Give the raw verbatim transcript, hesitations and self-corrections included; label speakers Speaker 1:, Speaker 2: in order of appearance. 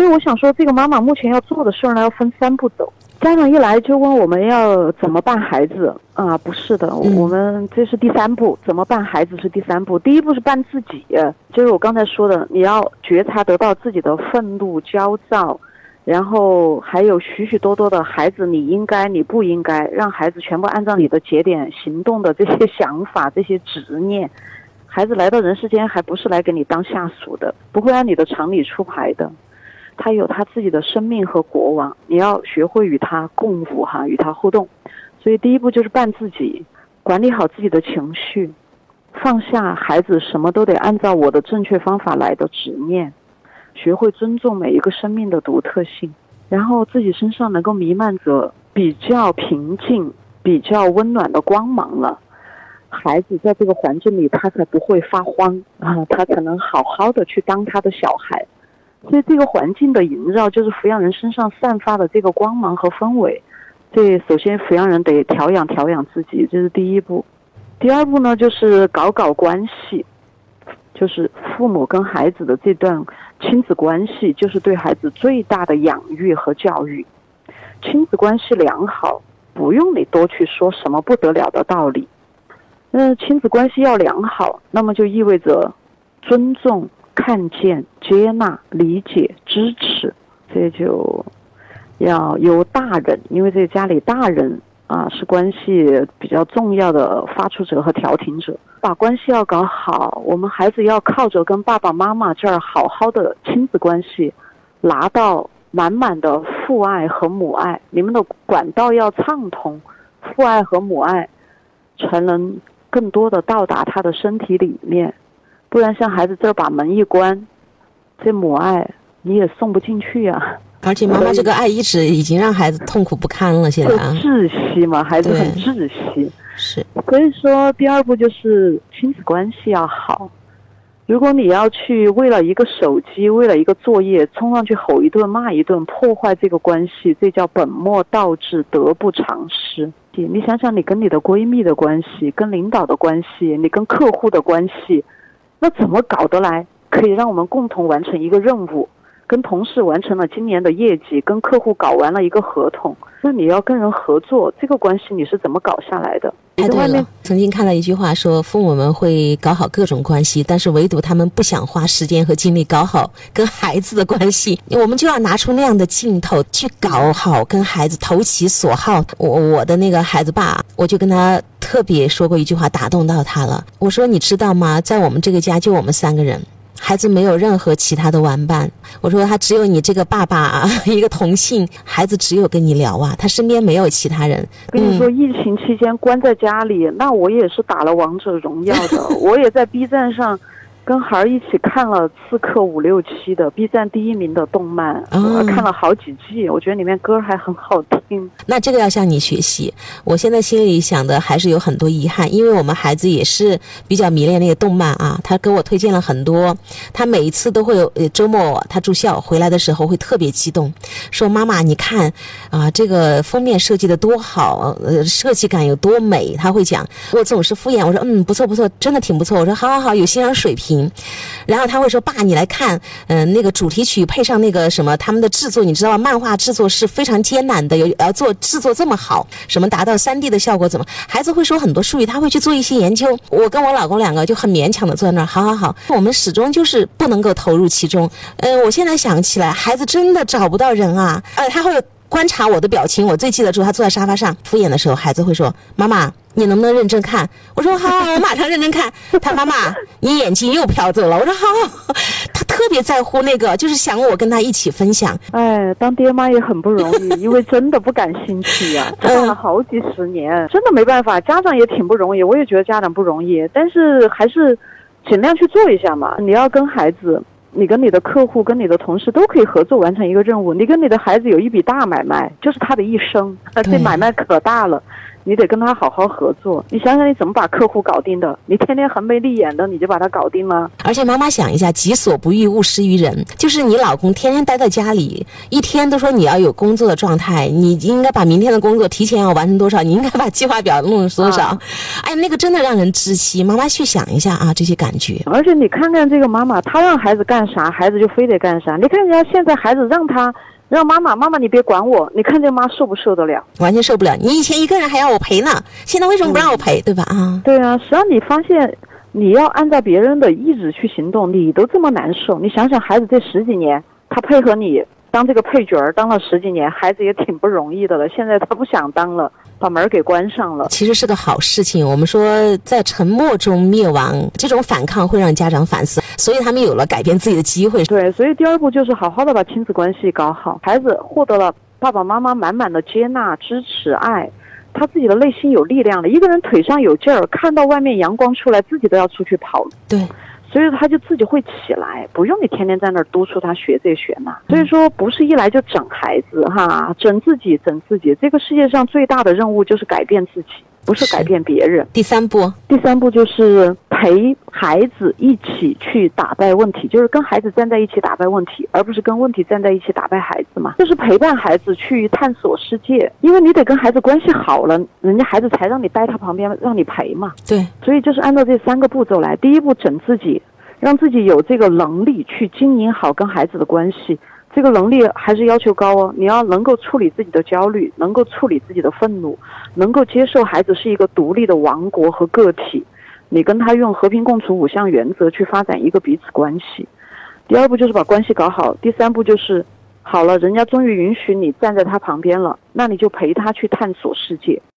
Speaker 1: 以我想说，这个妈妈目前要做的事儿呢，要分三步走。家长一来就问我们要怎么办孩子啊？不是的，
Speaker 2: 嗯、
Speaker 1: 我们这是第三步，怎么办孩子是第三步。第一步是办自己，就是我刚才说的，你要觉察得到自己的愤怒、焦躁，然后还有许许多多的孩子你应该你不应该，让孩子全部按照你的节点行动的这些想法、这些执念。孩子来到人世间还不是来给你当下属的，不会按你的常理出牌的，他有他自己的生命和国王，你要学会与他共舞哈，与他互动。所以第一步就是办自己，管理好自己的情绪，放下孩子什么都得按照我的正确方法来的执念，学会尊重每一个生命的独特性，然后自己身上能够弥漫着比较平静、比较温暖的光芒了。孩子在这个环境里，他才不会发慌啊，他才能好好的去当他的小孩。所以这个环境的营造，就是抚养人身上散发的这个光芒和氛围。这首先抚养人得调养调养自己，这是第一步。第二步呢，就是搞搞关系，就是父母跟孩子的这段亲子关系，就是对孩子最大的养育和教育。亲子关系良好，不用你多去说什么不得了的道理。那亲子关系要良好，那么就意味着尊重、看见、接纳、理解、支持，这就要由大人，因为这家里大人啊是关系比较重要的发出者和调停者，把关系要搞好。我们孩子要靠着跟爸爸妈妈这儿好好的亲子关系，拿到满满的父爱和母爱，你们的管道要畅通，父爱和母爱才能更多的到达他的身体里面。不然像孩子这儿把门一关，这母爱你也送不进去啊。
Speaker 2: 而且妈妈这个爱一直已经让孩子痛苦不堪了，现在啊，
Speaker 1: 窒息嘛，孩子很窒息。
Speaker 2: 是，
Speaker 1: 所以说第二步就是亲子关系要好。如果你要去为了一个手机，为了一个作业冲上去吼一顿骂一顿，破坏这个关系，这叫本末倒置，得不偿失。你想想，你跟你的闺蜜的关系，跟领导的关系，你跟客户的关系，那怎么搞得来可以让我们共同完成一个任务？跟同事完成了今年的业绩，跟客户搞完了一个合同，那你要跟人合作，这个关系你是怎么搞下来的？
Speaker 2: 太对了，曾经看到一句话说，父母们会搞好各种关系，但是唯独他们不想花时间和精力搞好跟孩子的关系。我们就要拿出那样的劲头去搞好跟孩子投其所好。我我的那个孩子爸，我就跟他特别说过一句话，打动到他了。我说你知道吗，在我们这个家就我们三个人，孩子没有任何其他的玩伴。我说他只有你这个爸爸啊，一个同性，孩子只有跟你聊啊，他身边没有其他人。
Speaker 1: 跟你说，嗯、疫情期间关在家里，那我也是打了王者荣耀的，我也在 B 站上跟孩儿一起看了刺客五六七的 B 站第一名的动漫，哦、我看了好几季，我觉得里面歌还很好听。
Speaker 2: 那这个要向你学习。我现在心里想的还是有很多遗憾，因为我们孩子也是比较迷恋那个动漫啊，他给我推荐了很多，他每一次都会有周末他住校回来的时候会特别激动，说妈妈你看啊，这个封面设计的多好，呃，设计感有多美。他会讲，我总是敷衍，我说嗯不错不错，真的挺不错。我说好好好，有欣赏水平。然后他会说爸你来看，嗯、呃，那个主题曲配上那个什么他们的制作，你知道吗？漫画制作是非常艰难的，有要做制作这么好，什么达到 三 D 的效果怎么？孩子会说很多术语，他会去做一些研究。我跟我老公两个就很勉强的坐在那儿，好好好，我们始终就是不能够投入其中。呃，我现在想起来，孩子真的找不到人啊，呃，他会观察我的表情，我最记得住，他坐在沙发上敷衍的时候，孩子会说妈妈你能不能认真看？我说好，我马上认真看。他妈妈你眼睛又飘走了。我说好，他特别在乎那个，就是想我跟他一起分享。
Speaker 1: 哎，当爹妈也很不容易，因为真的不感兴趣呀、啊，干了好几十年，真的没办法。家长也挺不容易，我也觉得家长不容易，但是还是尽量去做一下嘛。你要跟孩子，你跟你的客户跟你的同事都可以合作完成一个任务，你跟你的孩子有一笔大买卖，就是他的一生，这买卖可大了， 你得跟他好好合作。你想想你怎么把客户搞定的？你天天横眉立眼的，你就把他搞定了？
Speaker 2: 而且妈妈想一下，己所不欲，勿施于人。就是你老公天天待在家里，一天都说你要有工作的状态，你应该把明天的工作提前要完成多少，你应该把计划表弄多少。啊、哎，那个真的让人窒息。妈妈去想一下啊，这些感觉。
Speaker 1: 而且你看看这个妈妈，她让孩子干啥，孩子就非得干啥。你看人家现在孩子让他让妈妈，妈妈你别管我，你看这妈受不受得了？
Speaker 2: 完全受不了。你以前一个人还要我陪呢，现在为什么不让我陪？嗯、对吧？啊，
Speaker 1: 对啊，只要你发现你要按照别人的意志去行动，你都这么难受，你想想孩子这十几年，他配合你当这个配角儿当了十几年，孩子也挺不容易的了。现在他不想当了，把门给关上了。
Speaker 2: 其实是个好事情。我们说在沉默中灭亡，这种反抗会让家长反思，所以他们有了改变自己的机会。
Speaker 1: 对，所以第二步就是好好的把亲子关系搞好，孩子获得了爸爸妈妈满满的接纳、支持、爱，他自己的内心有力量了。一个人腿上有劲儿，看到外面阳光出来，自己都要出去跑了。
Speaker 2: 对。
Speaker 1: 所以他就自己会起来，不用你天天在那儿督促他学这学那。所以说不是一来就整孩子哈，整自己整自己。这个世界上最大的任务就是改变自己，不是改变别人。
Speaker 2: 第三步，
Speaker 1: 第三步就是陪孩子一起去打败问题，就是跟孩子站在一起打败问题，而不是跟问题站在一起打败孩子嘛。就是陪伴孩子去探索世界，因为你得跟孩子关系好了，人家孩子才让你待他旁边，让你陪嘛。
Speaker 2: 对，
Speaker 1: 所以就是按照这三个步骤来。第一步，整自己，让自己有这个能力去经营好跟孩子的关系。这个能力还是要求高哦，你要能够处理自己的焦虑，能够处理自己的愤怒，能够接受孩子是一个独立的王国和个体，你跟他用和平共处五项原则去发展一个彼此关系。第二步就是把关系搞好，第三步就是好了，人家终于允许你站在他旁边了，那你就陪他去探索世界。